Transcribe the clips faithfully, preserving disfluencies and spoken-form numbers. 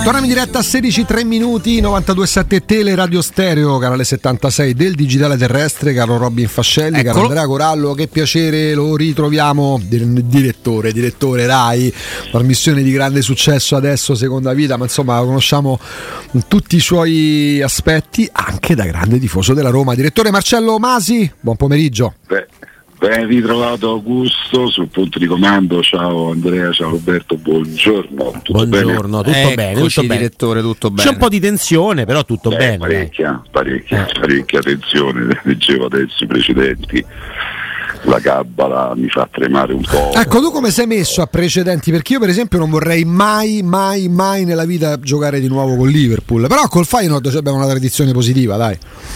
Torniamo in diretta a sedici tre minuti, novantadue sette Tele Radio Stereo, canale settantasei del digitale terrestre. Caro Robin Fascelli, Eccolo. Caro Andrea Corallo, che piacere, lo ritroviamo. Direttore, direttore Rai, trasmissione di grande successo adesso, Seconda Vita, ma insomma conosciamo tutti i suoi aspetti, anche da grande tifoso della Roma. Direttore Marcello Masi, buon pomeriggio. Beh. Ben ritrovato Augusto sul punto di comando. Ciao Andrea, ciao Roberto, buongiorno. Tutto buongiorno, bene? tutto bene, tutto bene. Direttore, tutto bene. C'è un po' di tensione, però tutto Beh, bene. Parecchia, parecchia, parecchia tensione. Leggevo adesso i precedenti. La Cabala mi fa tremare un po'. Ecco, tu come sei messo a precedenti? Perché io per esempio non vorrei mai, mai, mai nella vita giocare di nuovo con Liverpool, però col Feyenoord abbiamo una tradizione positiva, dai.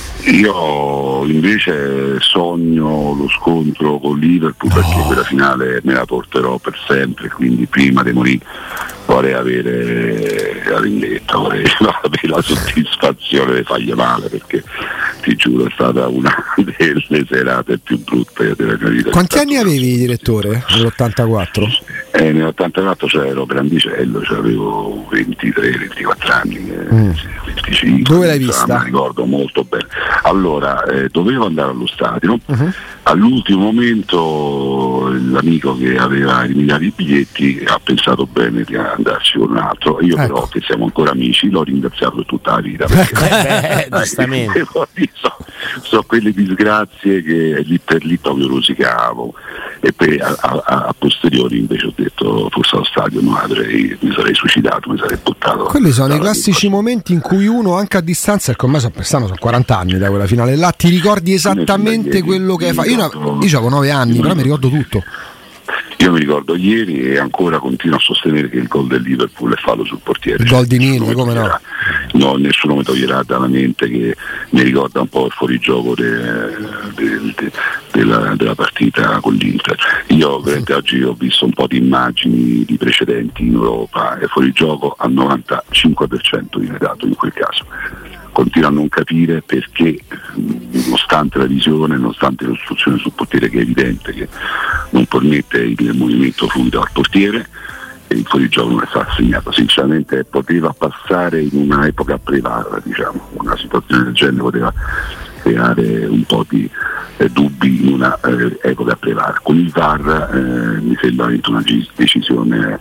Io invece sogno lo scontro con Liverpool, no, perché quella finale me la porterò per sempre, quindi prima di morire vorrei avere la vendetta, vorrei avere la soddisfazione di fargli male, perché ti giuro è stata una delle serate più brutte della mia vita. Quanti anni avevi, direttore, nell'ottantaquattro? Eh, nell'ottantaquattro cioè, ero grandicello, cioè avevo ventitré ventiquattro anni, eh, mm. venticinque. Dove l'hai vista? Mi ricordo molto bene. Allora, eh, dovevo andare allo stadio, uh-huh. All'ultimo momento l'amico che aveva eliminato i biglietti ha pensato bene di andarci con un altro, io ecco. Però che siamo ancora amici l'ho ringraziato per tutta la vita, perché Beh, giustamente. so, so quelle disgrazie che lì per lì proprio rosicavo, e poi a, a, a posteriori invece ho detto forse allo stadio no, avrei, mi sarei suicidato, mi sarei buttato. Quelli sono i classici momenti in cui uno anche a distanza, ecco, ormai quest'anno sono quaranta anni da quella finale là, ti ricordi esattamente quello che hai fatto. Io, io avevo nove anni, però mi ricordo tutto. Io mi ricordo ieri e ancora continuo a sostenere che il gol del Liverpool è fallo sul portiere. Il gol di Nini, come no? No, nessuno mi toglierà dalla mente che mi ricorda un po' il fuorigioco de, de, de, della, della partita con l'Inter. Io veramente oggi ho visto un po' di immagini di precedenti in Europa e fuorigioco al novantacinque per cento viene dato in quel caso. Continuo a non capire perché, nonostante la visione, nonostante l'ostruzione sul portiere, che è evidente che non permette il movimento fluido al portiere, e il fuorigioco non è stato assegnato. Sinceramente poteva passare in un'epoca privata, diciamo, una situazione del genere poteva creare un po' di eh, dubbi in una eh, epoca privata. Con il V A R eh, mi sembra una decisione,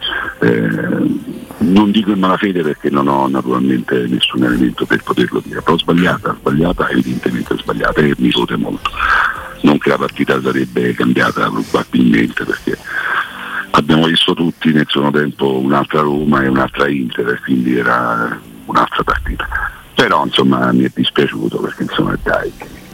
eh, non dico in malafede perché non ho naturalmente nessun elemento per poterlo dire, però sbagliata, sbagliata, evidentemente sbagliata, e mi rode molto. Non che la partita sarebbe cambiata probabilmente, perché abbiamo visto tutti nel suo tempo un'altra Roma e un'altra Inter, e quindi era un'altra partita. Però insomma mi è dispiaciuto, perché insomma dai,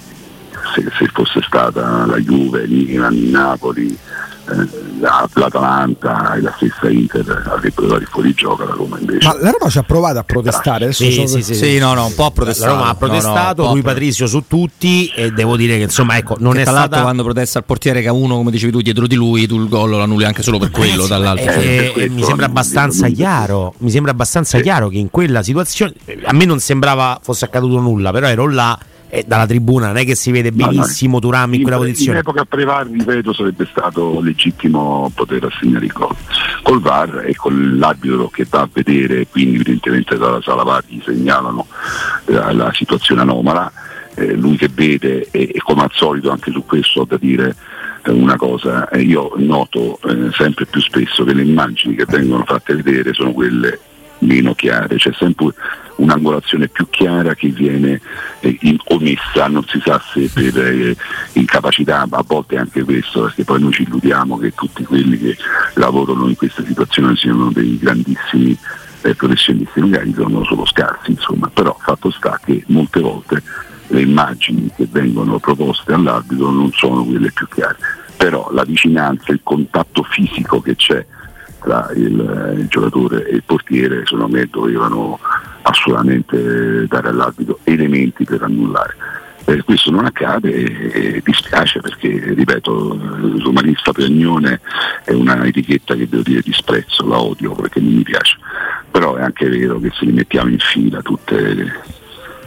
se, se fosse stata la Juve, Milan, Napoli, eh, l'Atalanta e la stessa Inter avrebbero dato il fuorigioco, la Roma invece. Ma la Roma ci ha provato a protestare, adesso sì, so sì, che... sì, sì, no, no, un po' ha protestato. La Roma ha protestato, no, no, lui Patrizio su tutti, e devo dire che insomma ecco, non che è tra stata... l'altro quando protesta il portiere che ha uno, come dicevi tu, dietro di lui, tu il gol lo annulli anche solo per quello, dall'altro. Eh, eh, mi sembra abbastanza chiaro, mi sembra abbastanza sì. chiaro che in quella situazione, a me non sembrava fosse accaduto nulla, però ero là e dalla tribuna non è che si vede benissimo no, no. Thuram in, in quella posizione. In epoca pre-V A R, ripeto, sarebbe stato legittimo poter assegnare il gol. Col V A R e con l'arbitro che va a vedere, quindi evidentemente dalla sala V A R gli segnalano la, la situazione anomala, eh, lui che vede, e, e come al solito anche su questo ho da dire eh, una cosa, eh, io noto eh, sempre più spesso che le immagini che vengono fatte vedere sono quelle meno chiare, c'è sempre un'angolazione più chiara che viene eh, in, omessa, non si sa se per eh, incapacità, ma a volte anche questo, perché poi noi ci illudiamo che tutti quelli che lavorano in queste situazioni siano dei grandissimi eh, professionisti, magari sono solo scarsi, insomma, però fatto sta che molte volte le immagini che vengono proposte all'arbitro non sono quelle più chiare, però la vicinanza, il contatto fisico che c'è tra il, il giocatore e il portiere, secondo me dovevano assolutamente dare all'arbitro elementi per annullare. Eh, questo non accade e, e dispiace, perché ripeto, l'umanista Piagnone è una etichetta che devo dire disprezzo, la odio perché non mi piace, però è anche vero che se li mettiamo in fila tutte le,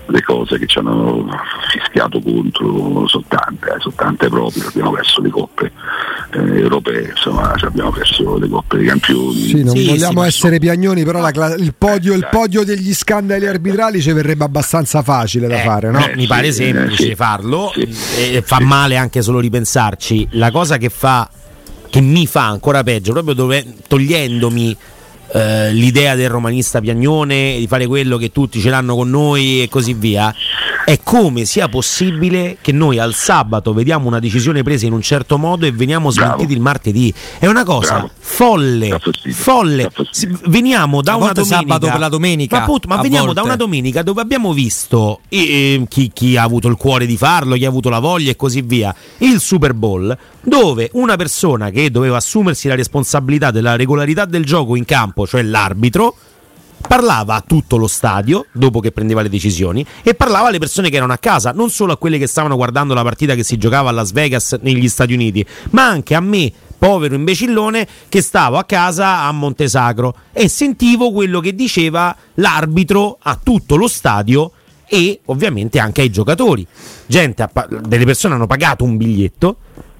le cose che ci hanno fischiato contro sono tante, eh, sono tante proprio. Abbiamo perso le coppe eh, europee, insomma, abbiamo perso le coppe dei campioni. Sì, non sì, vogliamo sì, essere piagnoni, però la, il, podio, il podio degli scandali arbitrali ci verrebbe abbastanza facile da eh, fare, no? Eh, mi pare sì, semplice eh, sì. farlo, Sì. e fa Sì. male anche solo ripensarci. La cosa che fa, che mi fa ancora peggio, proprio dove, togliendomi eh, l'idea del romanista piagnone, di fare quello che tutti ce l'hanno con noi e così via, è come sia possibile che noi al sabato vediamo una decisione presa in un certo modo e veniamo smentiti Bravo. il martedì. È una cosa Bravo. folle, Dà fastidio. folle. Dà fastidio. Si- Veniamo da A una volte domenica, sabato per la domenica, ma, appunto, ma a veniamo volte. da una domenica dove abbiamo visto eh, chi, chi ha avuto il cuore di farlo, chi ha avuto la voglia e così via, il Super Bowl, dove una persona che doveva assumersi la responsabilità della regolarità del gioco in campo, cioè l'arbitro, parlava a tutto lo stadio dopo che prendeva le decisioni e parlava alle persone che erano a casa, non solo a quelle che stavano guardando la partita che si giocava a Las Vegas negli Stati Uniti, ma anche a me, povero imbecillone, che stavo a casa a Montesacro e sentivo quello che diceva l'arbitro a tutto lo stadio e ovviamente anche ai giocatori. Gente, delle persone hanno pagato un biglietto,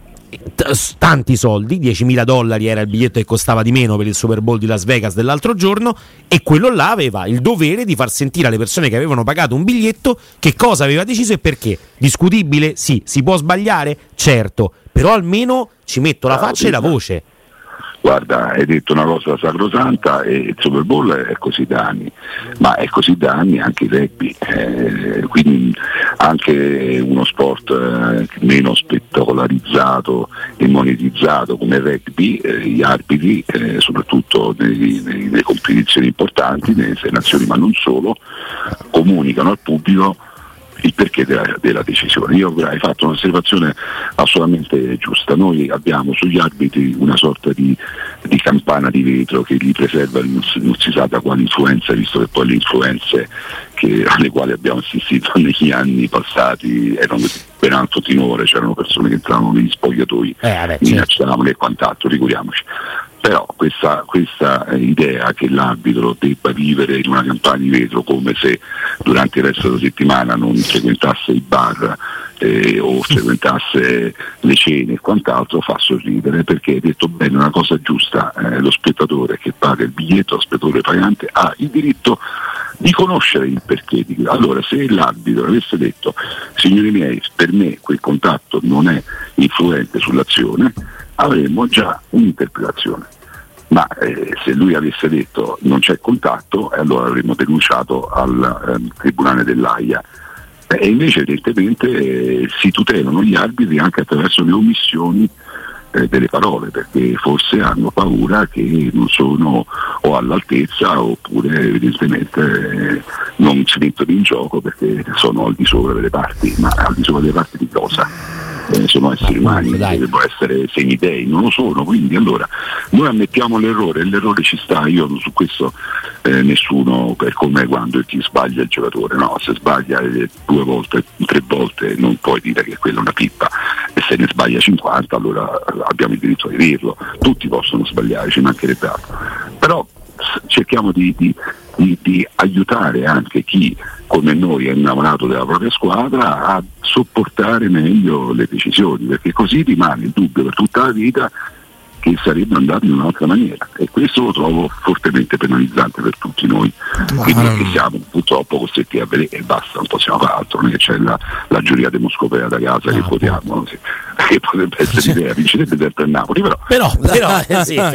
t- tanti soldi, diecimila dollari era il biglietto che costava di meno per il Super Bowl di Las Vegas dell'altro giorno, e quello là aveva il dovere di far sentire alle persone che avevano pagato un biglietto che cosa aveva deciso e perché. Discutibile? Sì. Si può sbagliare? Certo, però almeno ci metto la faccia e la voce. Guarda, hai detto una cosa sacrosanta, e il Super Bowl è così da anni, ma è così da anni anche il rugby, eh, quindi anche uno sport eh, meno spettacolarizzato e monetizzato come il rugby, eh, gli arbitri, eh, soprattutto nei, nei, nelle competizioni importanti, nelle sei nazioni ma non solo, comunicano al pubblico il perché della, della decisione. Io hai fatto un'osservazione assolutamente giusta. Noi abbiamo sugli arbitri una sorta di, di campana di vetro che li preserva, non si, non si sa da quale influenza, visto che poi le influenze che, alle quali abbiamo assistito negli anni passati erano peraltro timore, c'erano persone che entravano negli spogliatoi, eh, vabbè, minacciavano e quant'altro, figuriamoci. Però questa, questa idea che l'arbitro debba vivere in una campana di vetro come se durante il resto della settimana non frequentasse i bar eh, o frequentasse le cene e quant'altro fa sorridere, perché hai detto bene una cosa giusta, eh, lo spettatore che paga il biglietto, lo spettatore pagante ha il diritto di conoscere il perché. Allora, se l'arbitro avesse detto signori miei, per me quel contatto non è influente sull'azione, avremmo già un'interpretazione, ma eh, se lui avesse detto non c'è contatto, eh, allora avremmo denunciato al eh, Tribunale dell'Aia, eh, e invece evidentemente eh, si tutelano gli arbitri anche attraverso le omissioni eh, delle parole, perché forse hanno paura che non sono o all'altezza oppure evidentemente eh, non si mettono in gioco perché sono al di sopra delle parti, ma al di sopra delle parti di cosa? Eh, sono esseri umani, devono essere semidei, non lo sono, quindi allora noi ammettiamo l'errore e l'errore ci sta. Io su questo eh, nessuno, è come quando chi sbaglia il giocatore, no, se sbaglia eh, due volte, tre volte non puoi dire che quella è una pippa, e se ne sbaglia cinquanta allora abbiamo il diritto di dirlo, tutti possono sbagliare, ci mancherebbe altro, però cerchiamo di, di, di, di aiutare anche chi come noi è innamorato della propria squadra a sopportare meglio le decisioni, perché così rimane il dubbio per tutta la vita che sarebbe andato in un'altra maniera, e questo lo trovo fortemente penalizzante per tutti noi, quindi perché siamo purtroppo costretti a vedere e basta, non possiamo fare altro, non è che c'è la, la giuria demoscopea da casa no, che votiamo, sì, che potrebbe essere l'idea, vincerebbe sempre a Napoli, però però, però eh sì,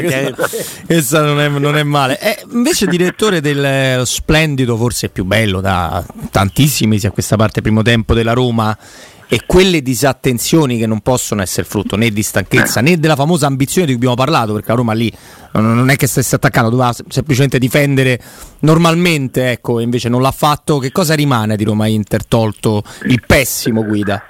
questa non è, non è male. Eh, invece direttore del splendido, forse più bello da tantissimi sia questa parte primo tempo della Roma, e quelle disattenzioni che non possono essere frutto né di stanchezza né della famosa ambizione di cui abbiamo parlato, perché la Roma lì non è che stesse attaccando, doveva semplicemente difendere normalmente, ecco, invece non l'ha fatto. Che cosa rimane di Roma Inter tolto il pessimo Guida?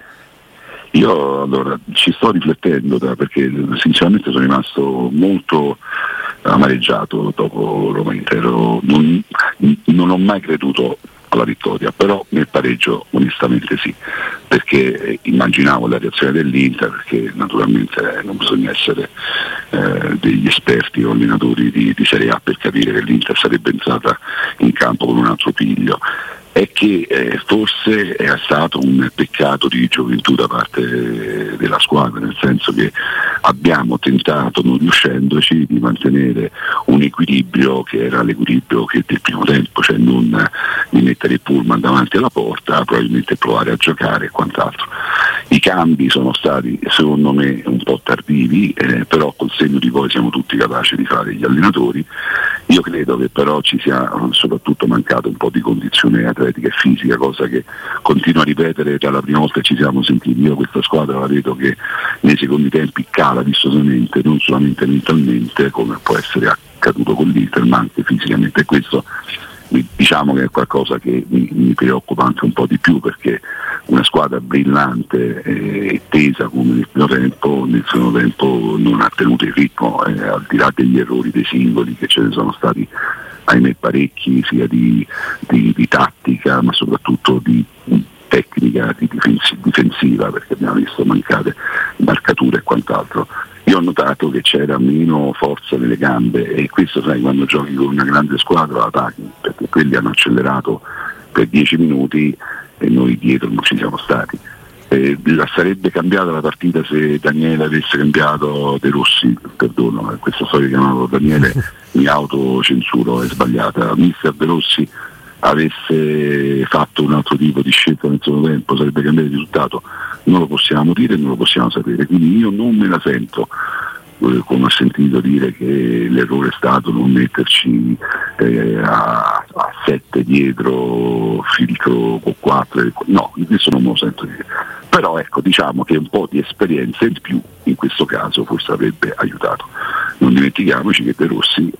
Io allora ci sto riflettendo, perché sinceramente sono rimasto molto amareggiato dopo Roma Inter. Non, non ho mai creduto alla vittoria, però nel pareggio onestamente sì, perché immaginavo la reazione dell'Inter, perché naturalmente non bisogna essere eh, degli esperti o allenatori di, di Serie A per capire che l'Inter sarebbe entrata in campo con un altro piglio, è che eh, forse è stato un peccato di gioventù da parte della squadra, nel senso che abbiamo tentato, non riuscendoci, di mantenere un equilibrio che era l'equilibrio che del primo tempo, cioè non di mettere il pullman davanti alla porta, probabilmente provare a giocare e quant'altro. I cambi sono stati secondo me un po' tardivi, eh, però col segno di poi siamo tutti capaci di fare gli allenatori. Io credo che però ci sia soprattutto mancato un po' di condizione atletica e fisica, cosa che continuo a ripetere dalla prima volta che ci siamo sentiti. Io questa squadra la vedo che nei secondi tempi cala vistosamente, non solamente mentalmente come può essere accaduto con l'Inter, ma anche fisicamente, e questo diciamo che è qualcosa che mi, mi preoccupa anche un po' di più, perché una squadra brillante e tesa come nel primo tempo, nel secondo tempo non ha tenuto il ritmo, eh, al di là degli errori dei singoli, che ce ne sono stati ahimè parecchi, sia di, di, di tattica ma soprattutto di tecnica, di difensi, difensiva, perché abbiamo visto mancate marcature e quant'altro. Io ho notato che c'era meno forza nelle gambe, e questo sai, quando giochi con una grande squadra la paghi, perché quelli hanno accelerato per dieci minuti e noi dietro non ci siamo stati. Eh, la sarebbe cambiata la partita se Daniele avesse cambiato De Rossi, perdono, eh, questa storia chiamato Daniele mi autocensuro, è sbagliata. Mister De Rossi avesse fatto un altro tipo di scelta nel secondo tempo, sarebbe cambiato il risultato? Non lo possiamo dire, non lo possiamo sapere, quindi io non me la sento, eh, come ho sentito dire, che l'errore è stato non metterci eh, a, a sette dietro, filtro con quattro, no, questo non me lo sento dire. Però ecco, diciamo che un po' di esperienza in più in questo caso forse avrebbe aiutato. Non dimentichiamoci che De Rossi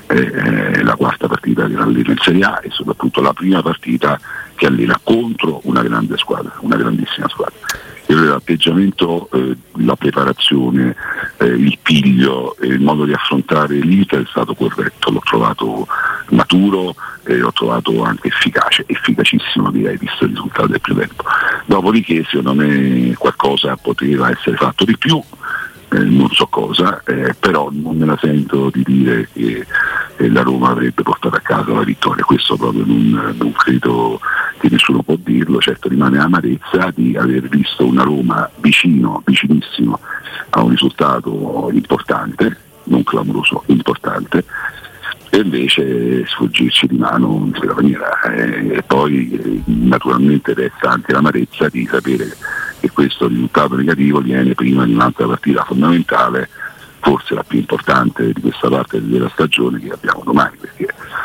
è la quarta partita che allena in Serie A, e soprattutto la prima partita che allena contro una grande squadra, una grandissima squadra. L'atteggiamento, eh, la preparazione, eh, il piglio e il modo di affrontare l'Inter è stato corretto, l'ho trovato maturo e l'ho trovato anche efficace, efficacissimo direi, visto il risultato del primo tempo. Dopodiché secondo me qualcosa poteva essere fatto di più, eh, non so cosa, eh, però non me la sento di dire che eh, la Roma avrebbe portato a casa la vittoria, questo proprio non, non credo che nessuno può dirlo. Certo rimane amarezza di aver visto una Roma vicino, vicinissimo a un risultato importante, non clamoroso, importante, e invece sfuggirci di mano in quella maniera, eh, e poi eh, naturalmente resta anche l'amarezza di sapere che questo risultato negativo viene prima di un'altra partita fondamentale, forse la più importante di questa parte della stagione che abbiamo domani, perché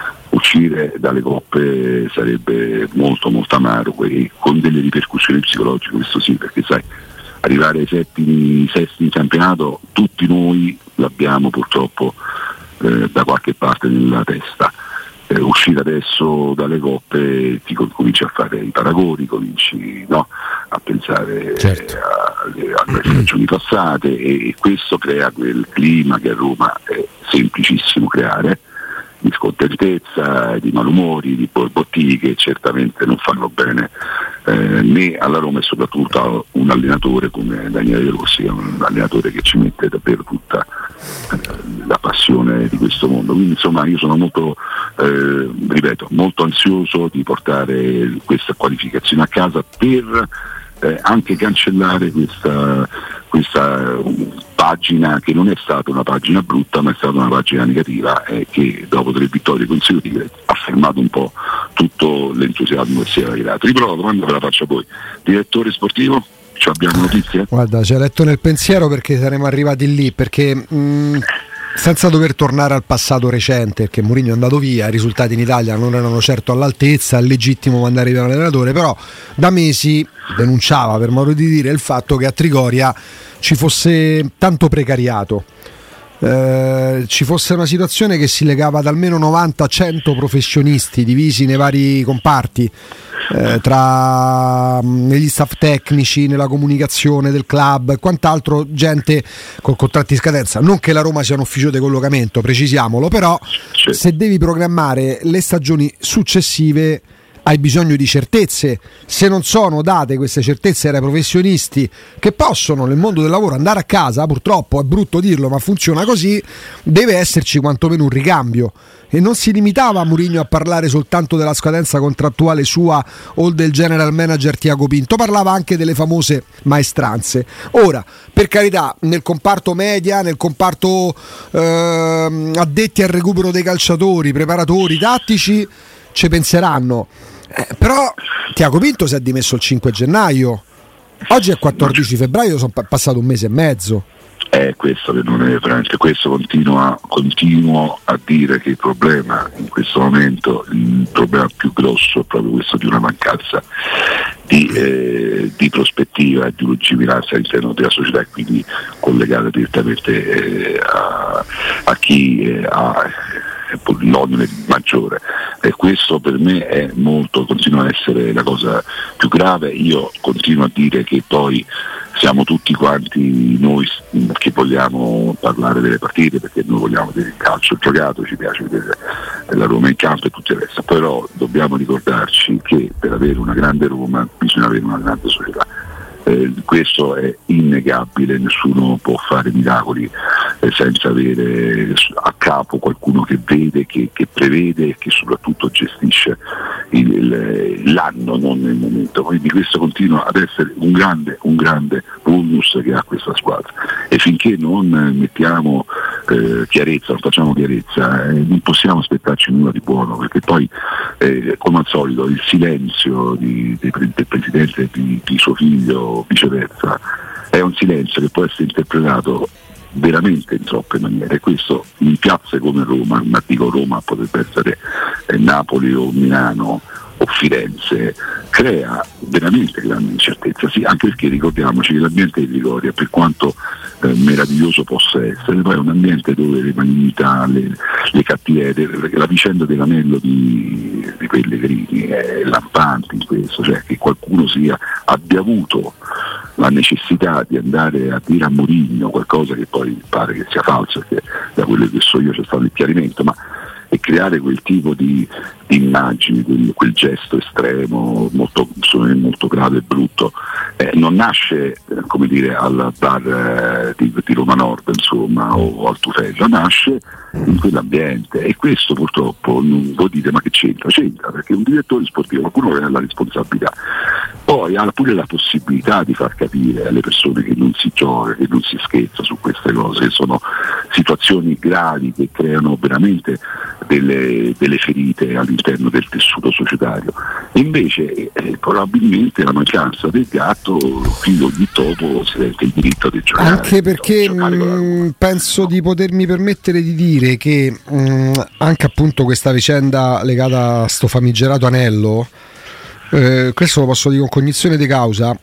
uscire dalle coppe sarebbe molto molto amaro e con delle ripercussioni psicologiche, questo sì, perché sai, arrivare ai settimi, sesti in campionato tutti noi l'abbiamo purtroppo eh, da qualche parte nella testa. Eh, uscire adesso dalle coppe ti cominci a fare i paragoni, cominci no, a pensare certo. alle, alle stagioni passate, e, e questo crea quel clima che a Roma è semplicissimo creare, di scontentezza, di malumori, di borbottini che certamente non fanno bene eh, né alla Roma e soprattutto a un allenatore come Daniele De Rossi, che è un allenatore che ci mette davvero tutta eh, la passione di questo mondo. Quindi insomma io sono molto, eh, ripeto, molto ansioso di portare questa qualificazione a casa per eh, anche cancellare questa questa pagina che non è stata una pagina brutta, ma è stata una pagina negativa, eh, che dopo tre vittorie consecutive ha fermato un po' tutto l'entusiasmo che si era arrivato. Riprovo la domanda, ve la faccio a voi. Direttore sportivo, ci abbiamo notizie? Guarda, ci hai letto nel pensiero, perché saremo arrivati lì, perché mh, senza dover tornare al passato recente, perché Mourinho è andato via, i risultati in Italia non erano certo all'altezza, è legittimo mandare via l'allenatore, però da mesi denunciava, per modo di dire, il fatto che a Trigoria ci fosse tanto precariato, eh, ci fosse una situazione che si legava ad almeno novanta cento professionisti divisi nei vari comparti, eh, tra negli staff tecnici, nella comunicazione del club e quant'altro, gente con contratti in scadenza. Non che la Roma sia un ufficio di collocamento, precisiamolo, però se devi programmare le stagioni successive hai bisogno di certezze. Se non sono date queste certezze ai professionisti che possono nel mondo del lavoro andare a casa, purtroppo è brutto dirlo ma funziona così, deve esserci quantomeno un ricambio. E non si limitava Mourinho a parlare soltanto della scadenza contrattuale sua o del general manager Tiago Pinto, parlava anche delle famose maestranze. Ora, per carità, nel comparto media, nel comparto eh, addetti al recupero dei calciatori, preparatori tattici, ci penseranno. Eh, però Tiago Pinto si è dimesso il cinque gennaio, oggi è quattordici febbraio, sono pa- passato un mese e mezzo. È questo che non è veramente questo, continua, continuo a dire che il problema in questo momento, il problema più grosso è proprio questo di una mancanza di, eh, di prospettiva e di lungimiranza all'interno della società e quindi collegata direttamente eh, a, a chi eh, ha l'onere maggiore, e questo per me è molto, continua a essere la cosa più grave. Io continuo a dire che poi siamo tutti quanti noi che vogliamo parlare delle partite, perché noi vogliamo vedere il calcio giocato, ci piace vedere la Roma in campo e tutto il resto, però dobbiamo ricordarci che per avere una grande Roma bisogna avere una grande società. Eh, questo è innegabile, nessuno può fare miracoli eh, senza avere a capo qualcuno che vede, che, che prevede e che soprattutto gestisce il, il, l'anno, non nel momento. Quindi questo continua ad essere un grande, un grande bonus che ha questa squadra, e finché non mettiamo eh, chiarezza, non facciamo chiarezza, eh, non possiamo aspettarci nulla di buono, perché poi eh, come al solito il silenzio di, di, del presidente di, di suo figlio viceversa è un silenzio che può essere interpretato veramente in troppe maniere. Questo in piazze come Roma, ma dico Roma, potrebbe essere eh, Napoli o Milano o Firenze, crea veramente grande incertezza, sì, anche perché ricordiamoci che l'ambiente di Trigoria, per quanto eh, meraviglioso possa essere, poi è un ambiente dove le malignità, le, le cattiverie, la vicenda dell'anello di, di Pellegrini è lampante in questo, cioè che qualcuno sia, abbia avuto la necessità di andare a dire a Mourinho qualcosa che poi pare che sia falso, perché da quello che so io c'è stato il chiarimento, ma e creare quel tipo di, di immagini, quel, quel gesto estremo molto, molto grave e brutto, eh, non nasce eh, come dire al bar eh, di, di Roma Nord, insomma, o al Tufello, nasce in quell'ambiente, e questo purtroppo non vuol dire ma che c'entra, c'entra perché un direttore sportivo, qualcuno che ha la responsabilità, poi ha pure la possibilità di far capire alle persone che non si gioca, che non si scherza su queste cose, che sono situazioni gravi che creano veramente delle, delle ferite all'interno del tessuto societario. E invece eh, probabilmente la mancanza del gatto, figlio di topo, si sente il diritto di giocare. Anche perché mh, penso di potermi permettere di dire che mh, anche appunto questa vicenda legata a sto famigerato anello, eh, questo lo posso dire con cognizione di causa,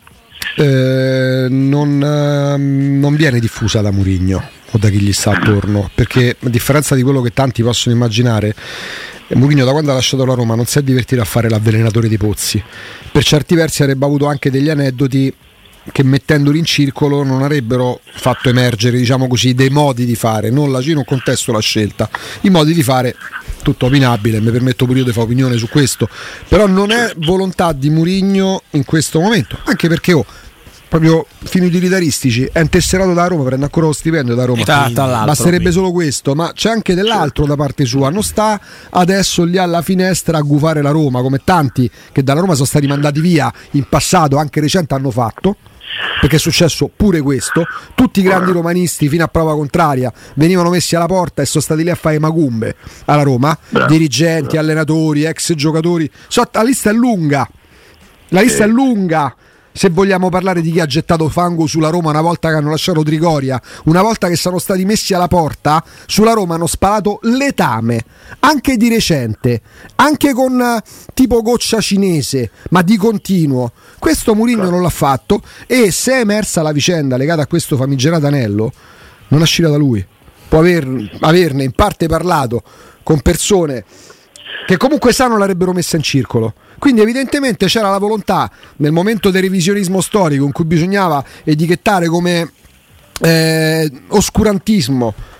eh, non, eh, non viene diffusa da Mourinho o da chi gli sta attorno, perché a differenza di quello che tanti possono immaginare, Mourinho da quando ha lasciato la Roma non si è divertito a fare l'avvelenatore di pozzi. Per certi versi avrebbe avuto anche degli aneddoti che, mettendoli in circolo, non avrebbero fatto emergere, diciamo così, dei modi di fare. Non la, io non contesto la scelta, i modi di fare tutto opinabile, mi permetto pure io di fare opinione su questo, però non è volontà di Mourinho in questo momento, anche perché oh, proprio fini utilitaristici, è intesserato da Roma, prende ancora lo stipendio da Roma, basterebbe solo questo, ma c'è anche dell'altro da parte sua, non sta adesso lì alla finestra a gufare la Roma come tanti che dalla Roma sono stati mandati via in passato, anche recente, hanno fatto, perché è successo pure questo. Tutti i grandi romanisti fino a prova contraria venivano messi alla porta e sono stati lì a fare macumbe alla Roma, bravo, dirigenti, bravo, allenatori, ex giocatori, so, la lista è lunga, la lista eh. è lunga. Se vogliamo parlare di chi ha gettato fango sulla Roma una volta che hanno lasciato Trigoria, una volta che sono stati messi alla porta, sulla Roma hanno sparato letame, anche di recente, anche con uh, tipo goccia cinese, ma di continuo. Questo Mourinho non l'ha fatto, e se è emersa la vicenda legata a questo famigerato anello, non nascerà da lui. Può aver, averne in parte parlato con persone che comunque sanno l'avrebbero messa in circolo. Quindi evidentemente c'era la volontà, nel momento del revisionismo storico in cui bisognava etichettare come eh, oscurantismo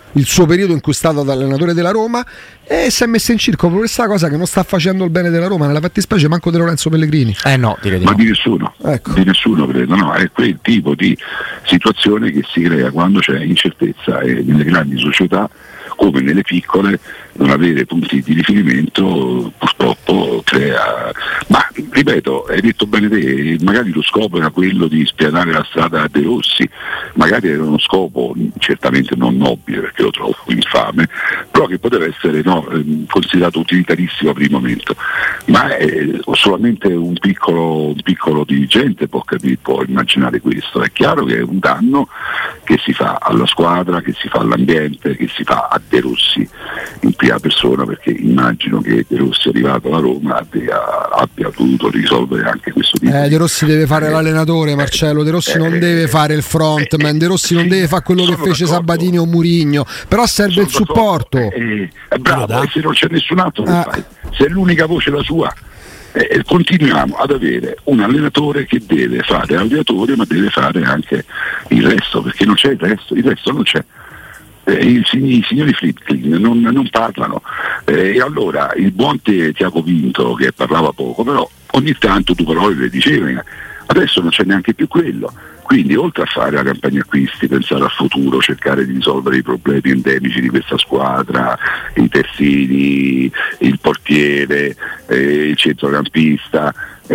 il suo periodo in cui è stato allenatore della Roma e si è messo in circolo per questa cosa che non sta facendo il bene della Roma, nella fattispecie manco di Lorenzo Pellegrini. Eh no, direi di ma no. di nessuno, ecco. di nessuno credo, no, è quel tipo di situazione che si crea quando c'è incertezza, e nelle grandi società come nelle piccole non avere punti di riferimento purtroppo crea, ma ripeto, hai detto bene te, magari lo scopo era quello di spianare la strada a De Rossi, magari era uno scopo certamente non nobile perché lo trovo infame, però che poteva essere no, considerato utilitarissimo per il momento, ma è solamente un piccolo, un piccolo dirigente può capire, può immaginare questo. È chiaro che è un danno che si fa alla squadra, che si fa all'ambiente, che si fa a De Rossi in prima persona, perché immagino che De Rossi arrivato alla Roma abbia, abbia dovuto risolvere anche questo tipo eh, De Rossi deve fare eh, l'allenatore, Marcello, De Rossi eh, non deve fare il frontman, eh, De Rossi non sì, deve fare quello che fece d'accordo. Sabatini o Murigno, però serve sono il supporto eh, eh, bravo, e se non c'è nessun altro che ah. fai? Se è l'unica voce la sua, eh, continuiamo ad avere un allenatore che deve fare allenatore ma deve fare anche il resto, perché non c'è il resto, il resto non c'è. Eh, i, i signori Friedkin non, non parlano, eh, e allora il buon te, Tiago Pinto, che parlava poco, però ogni tanto tu parole le dicevi, adesso non c'è neanche più quello, quindi oltre a fare la campagna acquisti, pensare al futuro, cercare di risolvere i problemi endemici di questa squadra, i terzini, il portiere, eh, il centrocampista,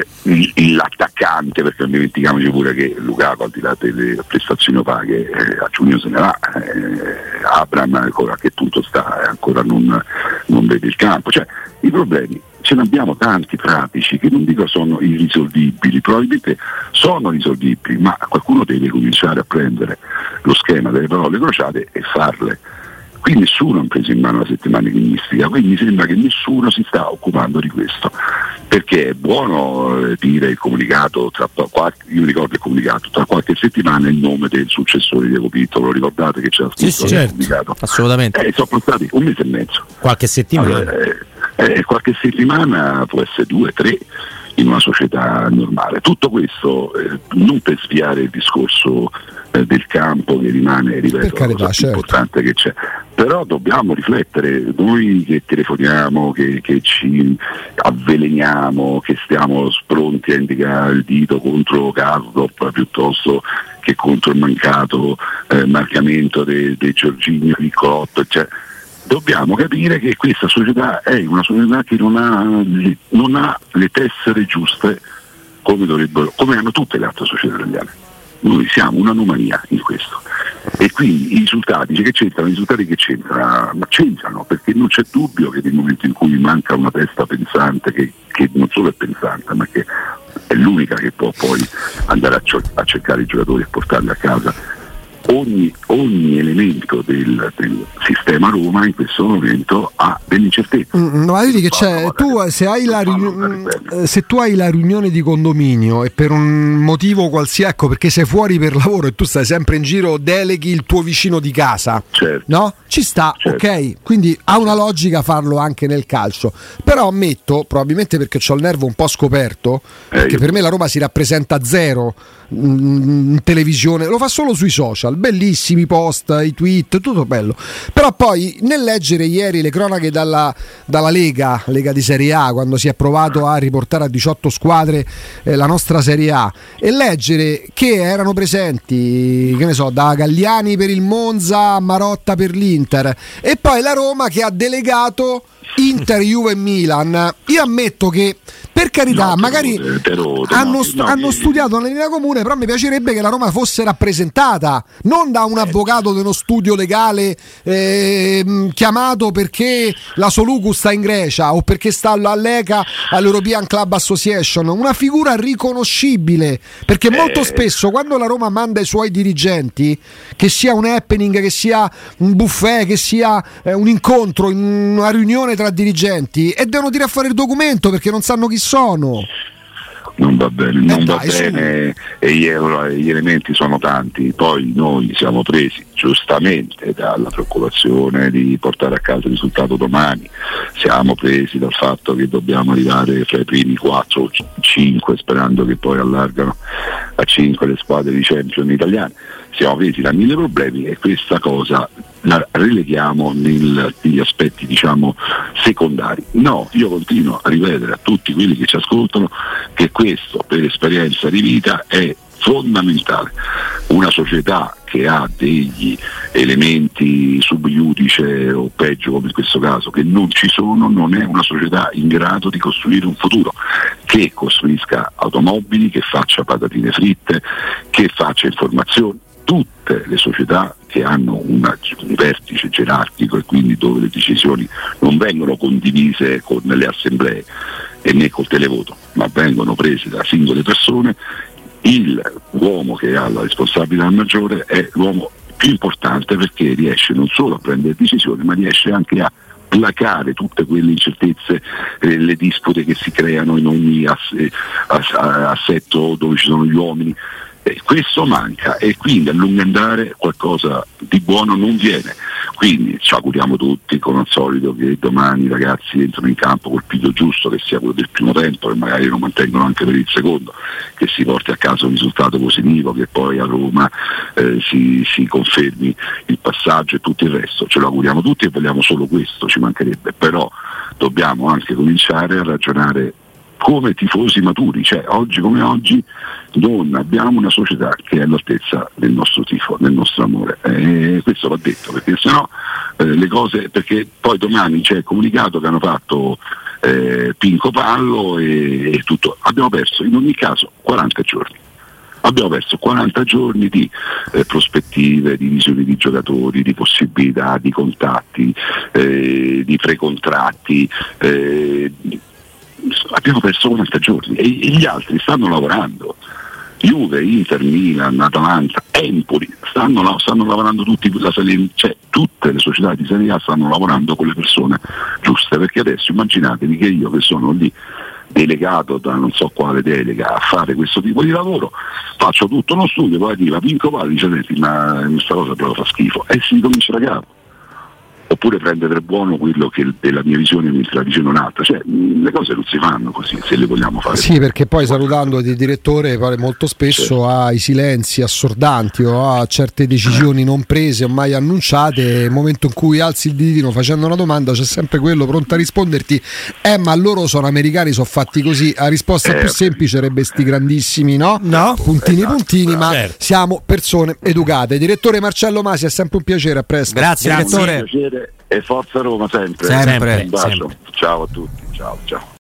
eh, l'attaccante, perché non dimentichiamoci pure che Lukaku, al di là delle prestazioni opacche, eh, a giugno se ne va, eh, Abraham ancora a che punto sta, eh, ancora non, non vede il campo, cioè i problemi ce ne abbiamo tanti pratici che non dico sono irrisolvibili, probabilmente sono risolvibili, ma qualcuno deve cominciare a prendere lo schema delle parole crociate e farle. Qui nessuno ha preso in mano la settimana enigmistica, quindi mi sembra che nessuno si sta occupando di questo, perché è buono eh, dire il comunicato, tra qualche, io ricordo il comunicato, tra qualche settimana il nome del successore di Diego Pinto, lo ricordate che c'era scritto sì, sì, certo. comunicato? Assolutamente. Eh, sono passati un mese e mezzo. Qualche settimana. Allora, eh, eh, qualche settimana può essere due, tre in una società normale. Tutto questo eh, non per sviare il discorso eh, del campo che rimane, ripeto, carità, la cosa più certo. importante che c'è, però dobbiamo riflettere, noi che telefoniamo, che, che ci avveleniamo, che stiamo pronti a indicare il dito contro Karsdorp piuttosto che contro il mancato eh, marcamento dei de Giorginio Niccolotto, cioè, dobbiamo capire che questa società è una società che non ha, non ha le tessere giuste come dovrebbero, come hanno tutte le altre società italiane. Noi siamo un'anomalia in questo, e quindi i risultati, cioè che c'entrano, i risultati che c'entrano, ma c'entrano, perché non c'è dubbio che nel momento in cui manca una testa pensante, che, che non solo è pensante ma che è l'unica che può poi andare a, a cercare i giocatori e portarli a casa, Ogni, ogni elemento del, del sistema Roma in questo momento ha dell'incertezza. Mm, no, vedi che c'è, tu, se, hai la riun- se tu hai la riunione di condominio e per un motivo qualsiasi, ecco, perché sei fuori per lavoro e tu stai sempre in giro, deleghi il tuo vicino di casa, certo. no? Ci sta, certo. Ok? Quindi ha una logica farlo anche nel calcio, però ammetto, probabilmente perché ho il nervo un po' scoperto, eh, perché io... per me la Roma si rappresenta zero in televisione, lo fa solo sui social, bellissimi post, i tweet, tutto bello, però poi nel leggere ieri le cronache dalla, dalla Lega Lega di Serie A, quando si è provato a riportare a diciotto squadre eh, la nostra Serie A, e leggere che erano presenti, che ne so, da Galliani per il Monza a Marotta per l'Inter, e poi la Roma che ha delegato Inter, Juve e Milan, io ammetto che per carità no, magari te, te lo, te hanno, no, hanno no, studiato una linea comune, però mi piacerebbe che la Roma fosse rappresentata non da un avvocato di uno studio legale eh, chiamato perché la Soluku sta in Grecia o perché sta all'E C A, all'European Club Association, una figura riconoscibile, perché molto eh. spesso quando la Roma manda i suoi dirigenti, che sia un happening, che sia un buffet, che sia eh, un incontro, una riunione tra dirigenti, e devono dire a fare il documento perché non sanno chi sono. Non va bene, non eh va dai, bene su. E gli, gli elementi sono tanti. Poi noi siamo presi giustamente dalla preoccupazione di portare a casa il risultato domani, siamo presi dal fatto che dobbiamo arrivare fra i primi quattro o cinque, sperando che poi allargano a cinque le squadre di Champions italiane, siamo presi da mille problemi e questa cosa la releghiamo nel, negli aspetti diciamo secondari. No, io continuo a ripetere a tutti quelli che ci ascoltano che questo per esperienza di vita è fondamentale. Una società che ha degli elementi sub iudice o peggio come in questo caso che non ci sono, non è una società in grado di costruire un futuro, che costruisca automobili, che faccia patatine fritte, che faccia informazioni. Tutte le società che hanno una, un vertice gerarchico e quindi dove le decisioni non vengono condivise con le assemblee e né col televoto, ma vengono prese da singole persone, il uomo che ha la responsabilità maggiore è l'uomo più importante, perché riesce non solo a prendere decisioni ma riesce anche a placare tutte quelle incertezze, eh, le dispute che si creano in ogni ass- ass- assetto dove ci sono gli uomini. Eh, questo manca e quindi a lungo andare qualcosa di buono non viene. Quindi ci auguriamo tutti, come al solito, che domani i ragazzi entrano in campo col piglio giusto, che sia quello del primo tempo, che magari lo mantengono anche per il secondo, che si porti a casa un risultato positivo, che poi a Roma eh, si, si confermi il passaggio e tutto il resto. Ce lo auguriamo tutti e vogliamo solo questo, ci mancherebbe, però dobbiamo anche cominciare a ragionare come tifosi maturi, cioè oggi come oggi non abbiamo una società che è all'altezza del nostro tifo, del nostro amore, e questo va detto, perché sennò eh, le cose, perché poi domani c'è il comunicato che hanno fatto eh, Pinco Pallo e, e tutto, abbiamo perso in ogni caso quaranta giorni. Abbiamo perso quaranta giorni di eh, prospettive, di visioni di giocatori, di possibilità, di contatti, eh, di precontratti. Eh, abbiamo perso quaranta giorni e, e gli altri stanno lavorando. Juve, Inter, Milan, Atalanta, Empoli stanno, stanno lavorando tutti, la Serie, cioè tutte le società di Serie A stanno lavorando con le persone giuste, perché adesso immaginatevi che io che sono lì delegato da non so quale delega a fare questo tipo di lavoro, faccio tutto uno studio, poi arriva Pinco Pallo e dice senti, ma questa cosa proprio fa schifo e si comincia da capo. Oppure prendere per buono quello che della mia visione mentre la dice un'altra, cioè le cose non si fanno così se le vogliamo fare. Sì, perché poi salutando il direttore pare molto spesso certo. ha i silenzi assordanti o ha certe decisioni non prese o mai annunciate, nel momento in cui alzi il ditino facendo una domanda c'è sempre quello pronto a risponderti eh ma loro sono americani, sono fatti così. La risposta eh, più semplice sarebbe sti grandissimi no? No. Puntini esatto, puntini bravo. Ma certo. Siamo persone educate. Direttore Marcello Masi, è sempre un piacere, a presto. Grazie, grazie direttore. E forza Roma sempre. Sempre. Un bacio. Sempre. Ciao a tutti. Ciao, ciao.